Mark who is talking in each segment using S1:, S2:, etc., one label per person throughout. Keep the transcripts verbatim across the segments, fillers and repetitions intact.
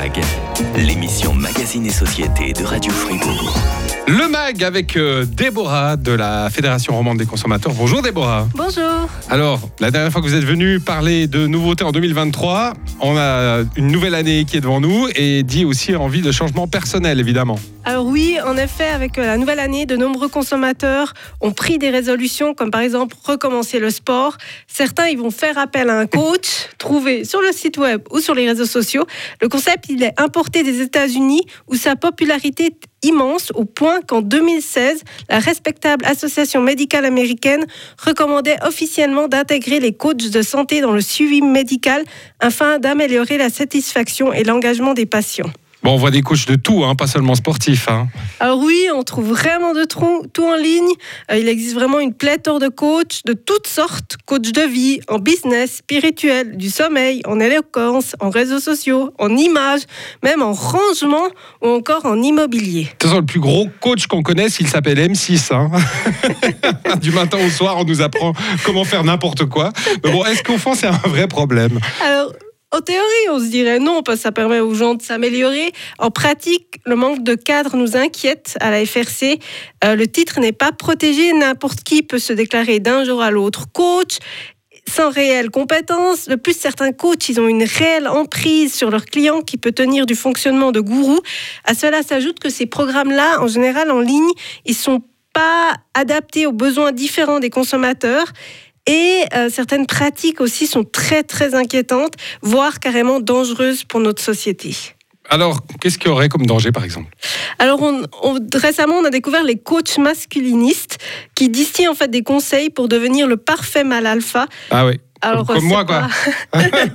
S1: Mag, l'émission Magazine et Société de Radio Fribourg.
S2: Le Mag avec euh, Déborah de la Fédération Romande des Consommateurs. Bonjour Déborah.
S3: Bonjour.
S2: Alors, la dernière fois que vous êtes venue parler de nouveautés en deux mille vingt-trois, on a une nouvelle année qui est devant nous et dit aussi envie de changement personnel évidemment.
S3: Alors oui, en effet, avec la nouvelle année, de nombreux consommateurs ont pris des résolutions, comme par exemple recommencer le sport. Certains, ils vont faire appel à un coach, trouvé sur le site web ou sur les réseaux sociaux. Le concept, il est importé des États-Unis, où sa popularité est immense, au point qu'en deux mille seize, la respectable association médicale américaine recommandait officiellement d'intégrer les coachs de santé dans le suivi médical afin d'améliorer la satisfaction et l'engagement des patients.
S2: Bon, on voit des coachs de tout, hein, pas seulement sportifs. Hein.
S3: Alors oui, on trouve vraiment de tout, tout en ligne. Euh, il existe vraiment une pléthore de coachs de toutes sortes. Coach de vie, en business, spirituel, du sommeil, en éloquence, en réseaux sociaux, en images, même en rangement ou encore en immobilier.
S2: De toute façon, le plus gros coach qu'on connaisse, il s'appelle M six. Hein. Du matin au soir, on nous apprend comment faire n'importe quoi. Mais bon, est-ce qu'au fond, c'est un vrai problème ?
S3: Alors, en théorie, on se dirait non, parce que ça permet aux gens de s'améliorer. En pratique, le manque de cadre nous inquiète à la F R C. Euh, le titre n'est pas protégé. N'importe qui peut se déclarer d'un jour à l'autre coach, sans réelle compétence. De plus, certains coachs, ils ont une réelle emprise sur leurs clients qui peut tenir du fonctionnement de gourou. À cela s'ajoute que ces programmes-là, en général en ligne, ils sont pas adaptés aux besoins différents des consommateurs. Et euh, certaines pratiques aussi sont très très inquiétantes, voire carrément dangereuses pour notre société.
S2: Alors, qu'est-ce qu'il y aurait comme danger, par exemple ?
S3: Alors, on, on, récemment, on a découvert les coachs masculinistes qui distillent en fait des conseils pour devenir le parfait mâle alpha.
S2: Ah oui.
S3: Alors,
S2: comme moi, quoi.
S3: J'espère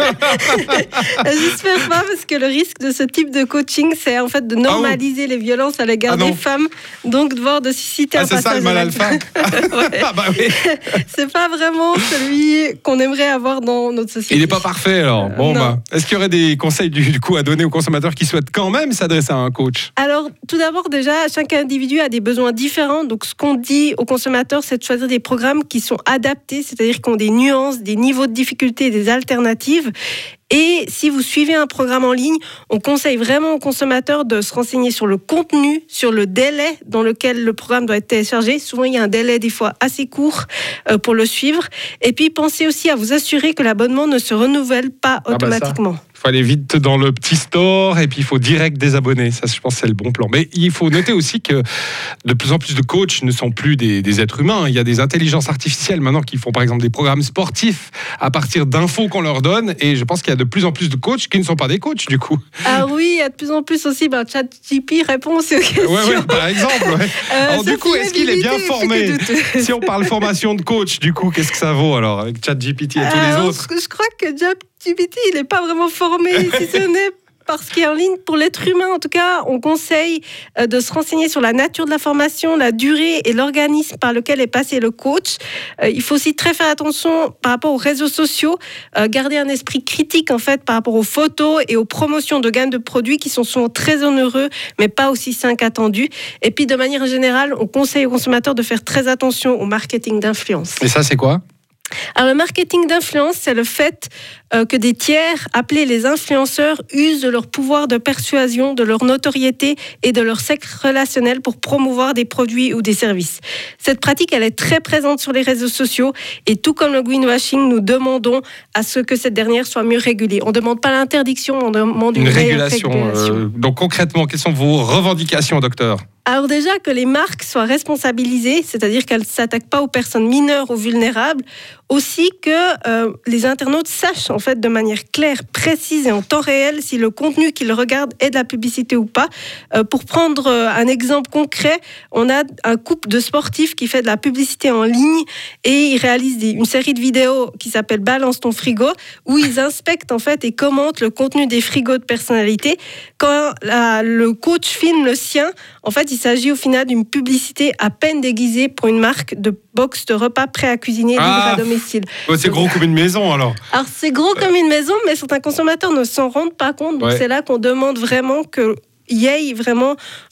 S3: pas, parce que le risque de ce type de coaching, c'est en fait de normaliser ah oui. les violences à l'égard ah des femmes, donc de voir de susciter
S2: ah,
S3: un passage.
S2: C'est ça le mal alpha.
S3: Ouais.
S2: Ah bah oui.
S3: C'est pas vraiment celui qu'on aimerait avoir dans notre société.
S2: Il n'est pas parfait alors. Bon, bah, est-ce qu'il y aurait des conseils du, du coup à donner aux consommateurs qui souhaitent quand même s'adresser à un coach ?
S3: Alors, tout d'abord, déjà, chaque individu a des besoins différents. Donc, ce qu'on dit aux consommateurs, c'est de choisir des programmes qui sont adaptés, c'est-à-dire qui ont des nuances, des niveaux de difficultés et des alternatives. Et si vous suivez un programme en ligne, on conseille vraiment aux consommateurs de se renseigner sur le contenu, sur le délai dans lequel le programme doit être téléchargé. Souvent, il y a un délai des fois assez court euh, pour le suivre. Et puis, pensez aussi à vous assurer que l'abonnement ne se renouvelle pas automatiquement.
S2: Ah bah il faut aller vite dans le petit store et puis il faut direct désabonner. Ça, je pense, c'est le bon plan. Mais il faut noter aussi que de plus en plus de coachs ne sont plus des, des êtres humains. Il y a des intelligences artificielles maintenant qui font par exemple des programmes sportifs à partir d'infos qu'on leur donne. Et je pense qu'il y a de plus en plus de coachs qui ne sont pas des coachs du coup.
S3: Ah oui, il y a de plus en plus aussi. Ben, ChatGPT répond aux questions.
S2: Ouais, ouais, par exemple. Ouais.
S3: Euh,
S2: alors du coup, est-ce qu'il est bien formé ? Si on parle formation de coach, du coup, qu'est-ce que ça vaut alors avec ChatGPT et tous
S3: alors,
S2: les autres ?
S3: Je crois que ChatGPT, il n'est pas vraiment formé, si ce n'est parce qu'il est en ligne. Pour l'être humain, en tout cas, on conseille de se renseigner sur la nature de la formation, la durée et l'organisme par lequel est passé le coach. Il faut aussi très faire attention par rapport aux réseaux sociaux, garder un esprit critique en fait par rapport aux photos et aux promotions de gamme de produits qui sont souvent très onéreux, mais pas aussi sains qu'attendus. Et puis, de manière générale, on conseille aux consommateurs de faire très attention au marketing d'influence.
S2: Et ça, c'est quoi ?
S3: Alors, le marketing d'influence, c'est le fait euh, que des tiers, appelés les influenceurs, usent de leur pouvoir de persuasion, de leur notoriété et de leur cercle relationnel pour promouvoir des produits ou des services. Cette pratique, elle est très présente sur les réseaux sociaux et tout comme le greenwashing, nous demandons à ce que cette dernière soit mieux régulée. On ne demande pas l'interdiction, on demande une, une régulation. régulation.
S2: Euh, donc concrètement, quelles sont vos revendications, docteur ?
S3: Alors déjà, que les marques soient responsabilisées, c'est-à-dire qu'elles ne s'attaquent pas aux personnes mineures ou vulnérables. Aussi que euh, les internautes sachent en fait de manière claire, précise et en temps réel si le contenu qu'ils regardent est de la publicité ou pas. Euh, pour prendre euh, un exemple concret, on a un couple de sportifs qui fait de la publicité en ligne et ils réalisent des, une série de vidéos qui s'appelle Balance ton frigo, où ils inspectent en fait et commentent le contenu des frigos de personnalité. Quand la, le coach filme le sien, en fait, il s'agit au final d'une publicité à peine déguisée pour une marque de box de repas prêts à cuisiner livrés ah, à domicile.
S2: Ouais, c'est gros comme une maison alors.
S3: Alors c'est gros comme une maison, mais certains consommateurs ne s'en rendent pas compte. Donc ouais. C'est là qu'on demande vraiment qu'il y ait vraiment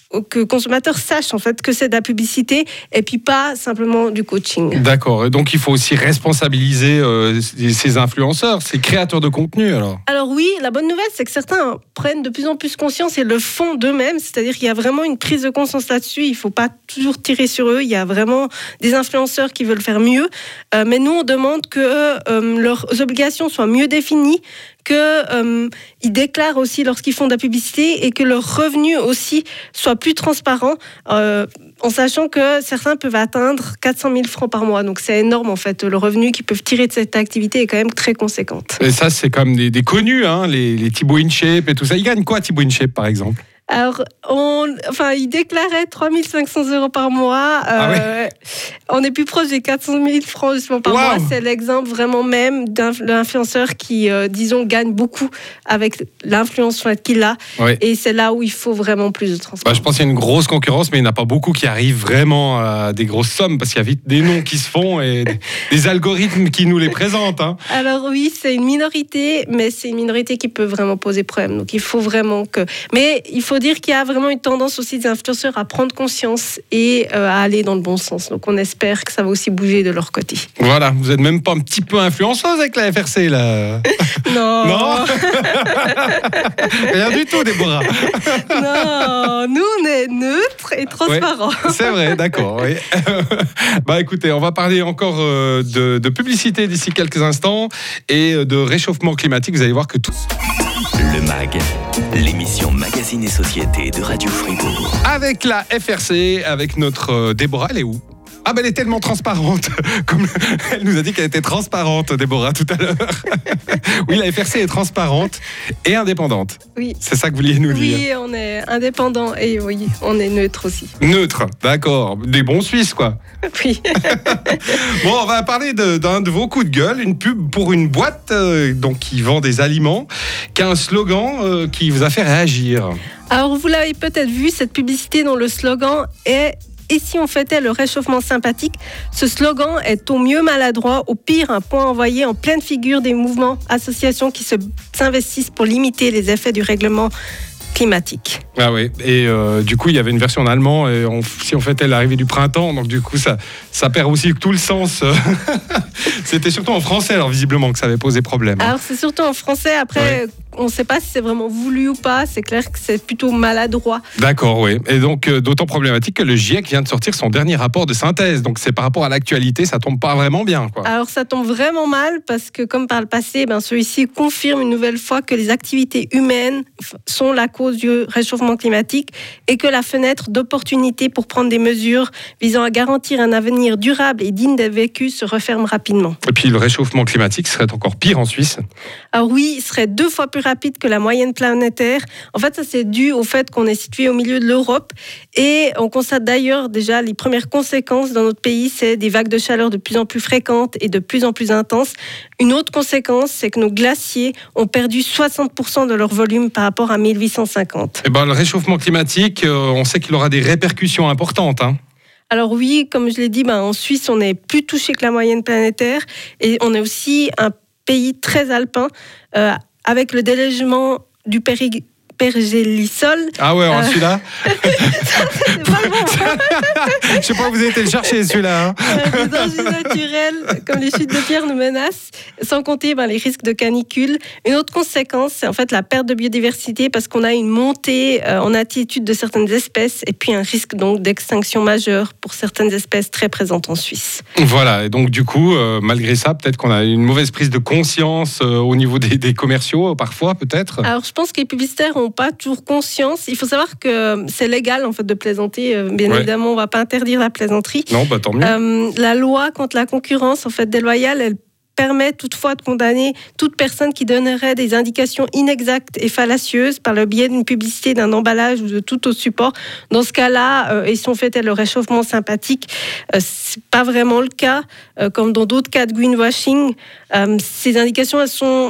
S3: que consommateurs sachent en fait que c'est de la publicité et puis pas simplement du coaching.
S2: D'accord. Et donc il faut aussi responsabiliser euh, ces influenceurs, ces créateurs de contenu alors.
S3: Alors oui, la bonne nouvelle c'est que certains prennent de plus en plus conscience et le font d'eux-mêmes, c'est-à-dire qu'il y a vraiment une prise de conscience là-dessus, il ne faut pas toujours tirer sur eux, il y a vraiment des influenceurs qui veulent faire mieux, euh, mais nous on demande que euh, leurs obligations soient mieux définies, qu'ils euh, déclarent aussi lorsqu'ils font de la publicité et que leurs revenus aussi soient plus transparents, euh, en sachant que certains peuvent atteindre quatre cent mille francs par mois. Donc c'est énorme en fait, le revenu qu'ils peuvent tirer de cette activité est quand même très conséquente.
S2: Et ça c'est comme des, des connus, hein, les, les Thibaut InShape et tout ça. Ils gagnent quoi Thibaut InShape par exemple ?
S3: Alors, on, enfin, il déclarait trois mille cinq cents euros par mois. Euh, ah ouais. On est plus proche des quatre cent mille francs justement par wow. mois. C'est l'exemple vraiment même d'un influenceur qui, euh, disons, gagne beaucoup avec l'influence qu'il a. Ouais. Et c'est là où il faut vraiment plus de transparence.
S2: Bah, je pense qu'il y a une grosse concurrence, mais il n'y en a pas beaucoup qui arrivent vraiment à des grosses sommes parce qu'il y a vite des noms qui se font et des, des algorithmes qui nous les présentent. Hein.
S3: Alors oui, c'est une minorité, mais c'est une minorité qui peut vraiment poser problème. Donc il faut vraiment que... Mais il faut dire qu'il y a vraiment une tendance aussi des influenceurs à prendre conscience et euh, à aller dans le bon sens. Donc on espère que ça va aussi bouger de leur côté.
S2: Voilà, vous n'êtes même pas un petit peu influenceuse avec la F R C là.
S3: Non.
S2: Non. Rien du tout, Déborah.
S3: Non, nous on est neutres et transparents.
S2: Ouais, c'est vrai, d'accord. Oui. Bah écoutez, on va parler encore euh, de, de publicité d'ici quelques instants et de réchauffement climatique. Vous allez voir que tout...
S1: Le M A G, l'émission Magazine et Société de Radio Fribourg.
S2: Avec la F R C, avec notre euh, Déborah, elle est où ? Ah ben elle est tellement transparente, comme elle nous a dit qu'elle était transparente, Déborah, tout à l'heure. Oui, la F R C est transparente et indépendante.
S3: Oui.
S2: C'est ça que vous vouliez nous dire.
S3: Oui, on est indépendant et oui, on est neutre aussi.
S2: Neutre, d'accord. Des bons Suisses, quoi.
S3: Oui.
S2: Bon, on va parler de, d'un de vos coups de gueule, une pub pour une boîte euh, donc, qui vend des aliments, qui a un slogan euh, qui vous a fait réagir.
S3: Alors, vous l'avez peut-être vu, cette publicité dont le slogan est « Et si on fêtait le réchauffement sympathique ?» Ce slogan est au mieux maladroit, au pire un point envoyé en pleine figure des mouvements, associations qui se, s'investissent pour limiter les effets du règlement climatique.
S2: Ah oui, et euh, du coup il y avait une version en allemand, et on, si on fêtait l'arrivée du printemps, donc du coup ça, ça perd aussi tout le sens. C'était surtout en français alors visiblement que ça avait posé problème.
S3: Alors c'est surtout en français, après... Ouais. On ne sait pas si c'est vraiment voulu ou pas, c'est clair que c'est plutôt maladroit.
S2: D'accord, oui. Et donc, euh, d'autant problématique que le GIEC vient de sortir son dernier rapport de synthèse. Donc, c'est par rapport à l'actualité, ça tombe pas vraiment bien, quoi.
S3: Alors, ça tombe vraiment mal parce que, comme par le passé, ben, celui-ci confirme une nouvelle fois que les activités humaines sont la cause du réchauffement climatique et que la fenêtre d'opportunité pour prendre des mesures visant à garantir un avenir durable et digne d'être vécu se referme rapidement.
S2: Et puis, le réchauffement climatique serait encore pire en Suisse.
S3: Alors oui, il serait deux fois plus rapide que la moyenne planétaire. En fait, ça c'est dû au fait qu'on est situé au milieu de l'Europe et on constate d'ailleurs déjà les premières conséquences dans notre pays, c'est des vagues de chaleur de plus en plus fréquentes et de plus en plus intenses. Une autre conséquence, c'est que nos glaciers ont perdu soixante pour cent de leur volume par rapport à mille huit cent cinquante.
S2: Et ben, le réchauffement climatique, euh, on sait qu'il aura des répercussions importantes, hein.
S3: Alors oui, comme je l'ai dit, ben, en Suisse, on est plus touché que la moyenne planétaire et on est aussi un pays très alpin, euh, avec le délègement du péri- pergélisol.
S2: Ah ouais, alors
S3: euh...
S2: celui-là
S3: c'est pas le bon.
S2: Je sais pas où vous avez été le chercher, celui-là. Hein.
S3: Euh, des dangers naturels, comme les chutes de pierre, nous menacent, sans compter ben, les risques de canicule. Une autre conséquence, c'est en fait la perte de biodiversité, parce qu'on a une montée euh, en altitude de certaines espèces, et puis un risque donc d'extinction majeure pour certaines espèces très présentes en Suisse.
S2: Voilà, et donc du coup, euh, malgré ça, peut-être qu'on a une mauvaise prise de conscience euh, au niveau des, des commerciaux, parfois, peut-être.
S3: Alors, je pense que les publicitaires ont pas toujours conscience. Il faut savoir que c'est légal en fait de plaisanter. Bien ouais. évidemment, on va pas interdire la plaisanterie.
S2: Non, bah tant mieux.
S3: Euh, la loi contre la concurrence en fait déloyale, elle permet toutefois de condamner toute personne qui donnerait des indications inexactes et fallacieuses par le biais d'une publicité, d'un emballage ou de tout autre support. Dans ce cas-là, euh, et si on fait le réchauffement sympathique, euh, c'est pas vraiment le cas. Euh, comme dans d'autres cas de greenwashing, euh, ces indications elles sont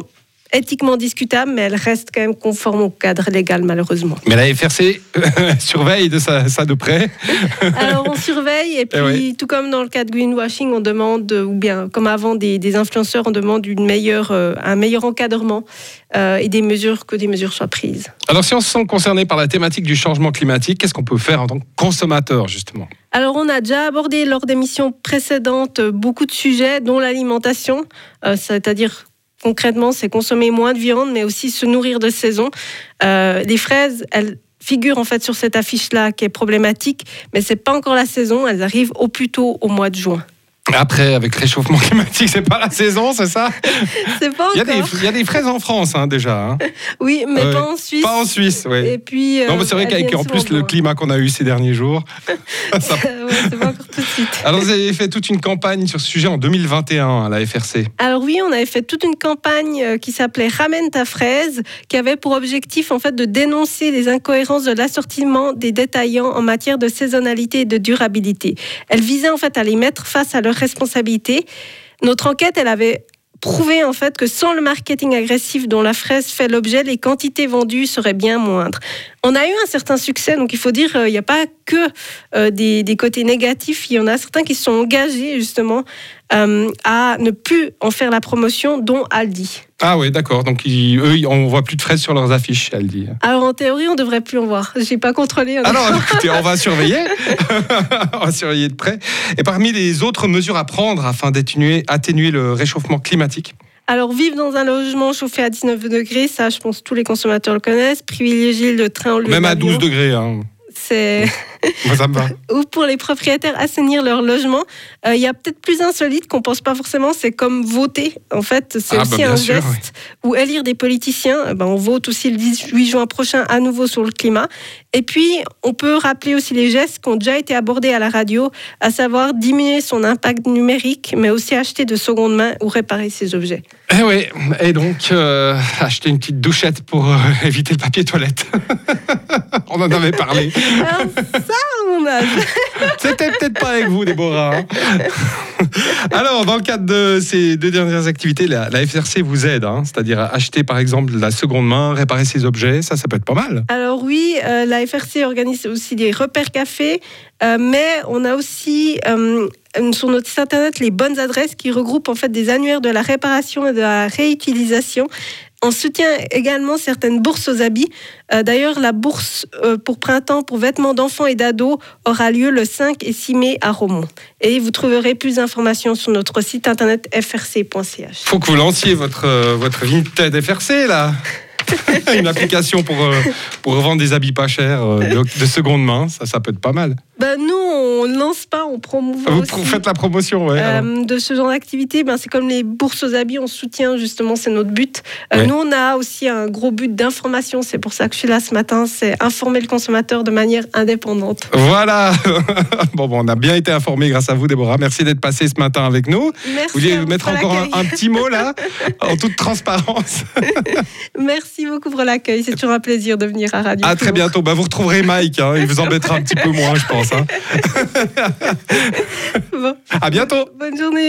S3: éthiquement discutable, mais elles restent quand même conformes au cadre légal, malheureusement.
S2: Mais la F R C surveille de ça, ça de près.
S3: Alors on surveille, et puis
S2: oui.
S3: tout comme dans le cas de greenwashing, on demande, ou bien comme avant des, des influenceurs, on demande une meilleure, euh, un meilleur encadrement euh, et des mesures, que des mesures soient prises.
S2: Alors si on se sent concerné par la thématique du changement climatique, qu'est-ce qu'on peut faire en tant que consommateur, justement ?
S3: Alors, on a déjà abordé lors d'émissions précédentes beaucoup de sujets, dont l'alimentation, euh, c'est-à-dire concrètement, c'est consommer moins de viande, mais aussi se nourrir de saison. Euh, les fraises, elles figurent en fait sur cette affiche-là qui est problématique, mais c'est pas encore la saison, elles arrivent au plus tôt au mois de juin.
S2: Après, avec le réchauffement climatique, c'est pas la saison, c'est ça ?
S3: C'est pas encore.
S2: Il y a des, il y a des fraises en France, hein, déjà. Hein.
S3: Oui, mais
S2: Ouais.
S3: pas en Suisse.
S2: Pas en Suisse, oui.
S3: Et puis,
S2: non, mais c'est vrai
S3: elles
S2: qu'avec
S3: viennent
S2: en plus
S3: souvent
S2: le
S3: loin.
S2: climat qu'on a eu ces derniers jours. ça...
S3: Ouais, c'est pas encore tout de suite.
S2: Alors, vous avez fait toute une campagne sur ce sujet en deux mille vingt et un à la F R C.
S3: Alors oui, on avait fait toute une campagne euh, qui s'appelait Ramène ta fraise, qui avait pour objectif en fait de dénoncer les incohérences de l'assortiment des détaillants en matière de saisonnalité et de durabilité. Elle visait en fait à les mettre face à leurs responsabilités. Notre enquête, elle avait prouvé en fait que sans le marketing agressif dont la fraise fait l'objet, les quantités vendues seraient bien moindres. On a eu un certain succès, donc il faut dire il n'y a pas que euh, des, des côtés négatifs, il y en a certains qui se sont engagés justement euh, à ne plus en faire la promotion, dont Aldi.
S2: Ah oui, d'accord. Donc, ils, eux, on voit plus de fraises sur leurs affiches, elle dit.
S3: Alors en théorie, on devrait plus en voir. J'ai pas contrôlé.
S2: Alors, écoutez, on va surveiller. on va surveiller de près. Et parmi les autres mesures à prendre afin d'atténuer atténuer le réchauffement climatique.
S3: Alors, vivre dans un logement chauffé à dix-neuf degrés, ça, je pense que tous les consommateurs le connaissent. Privilégier le train au lieu
S2: Même
S3: de
S2: à
S3: l'avion.
S2: douze degrés. Hein.
S3: C'est...
S2: Moi, ça me va.
S3: Ou pour les propriétaires, assainir leur logement. Il euh, y a peut-être plus insolite qu'on pense pas forcément, c'est comme voter. En fait, c'est
S2: Ah,
S3: aussi
S2: bah, bien
S3: un
S2: sûr,
S3: geste.
S2: oui.
S3: Ou élire des politiciens. Eh ben, on vote aussi le dix-huit juin prochain à nouveau sur le climat. Et puis, on peut rappeler aussi les gestes qui ont déjà été abordés à la radio, à savoir diminuer son impact numérique, mais aussi acheter de seconde main ou réparer ses objets.
S2: Eh oui, et donc, euh, acheter une petite douchette pour euh, éviter le papier toilette. On en avait parlé.
S3: Alors, ça, à mon âge.
S2: C'était peut-être pas avec vous, Déborah. hein. Alors, dans le cadre de ces deux dernières activités, la, la F R C vous aide, hein, c'est-à-dire acheter par exemple de la seconde main, réparer ses objets, ça, ça peut être pas mal.
S3: Alors oui, euh, la F R C organise aussi des repères cafés, euh, mais on a aussi euh, sur notre site internet les bonnes adresses qui regroupent en fait des annuaires de la réparation et de la réutilisation. On soutient également certaines bourses aux habits. Euh, d'ailleurs, la bourse euh, pour printemps pour vêtements d'enfants et d'ados aura lieu le cinq et six mai à Romont. Et vous trouverez plus d'informations sur notre site internet f r c point c h.
S2: Faut que vous lanciez votre, euh, votre Vinted F R C, là. Une application pour, euh, pour revendre des habits pas chers euh, de, de seconde main, ça, ça peut être pas mal.
S3: Ben, nous, on ne lance pas, on promouvoit
S2: Vous
S3: aussi.
S2: faites la promotion, ouais. alors.
S3: Euh, de ce genre d'activité, ben, c'est comme les bourses aux habits, on soutient justement, c'est notre but. Euh,
S2: Ouais.
S3: Nous, on a aussi un gros but d'information, c'est pour ça que je suis là ce matin, c'est informer le consommateur de manière indépendante.
S2: Voilà. Bon, bon, on a bien été informés grâce à vous, Déborah. Merci d'être passée ce matin avec nous.
S3: Merci.
S2: Vous voulez
S3: à vous
S2: mettre
S3: pour
S2: encore un,
S3: l'accueil.
S2: un petit mot là, en toute transparence.
S3: Merci beaucoup pour l'accueil, c'est toujours un plaisir de venir à Radio
S2: À très
S3: Fribourg.
S2: bientôt. Bah, vous retrouverez Mike. Hein. Il vous embêtera un petit peu moins, je pense. Hein.
S3: Bon,
S2: À bientôt.
S3: bonne journée.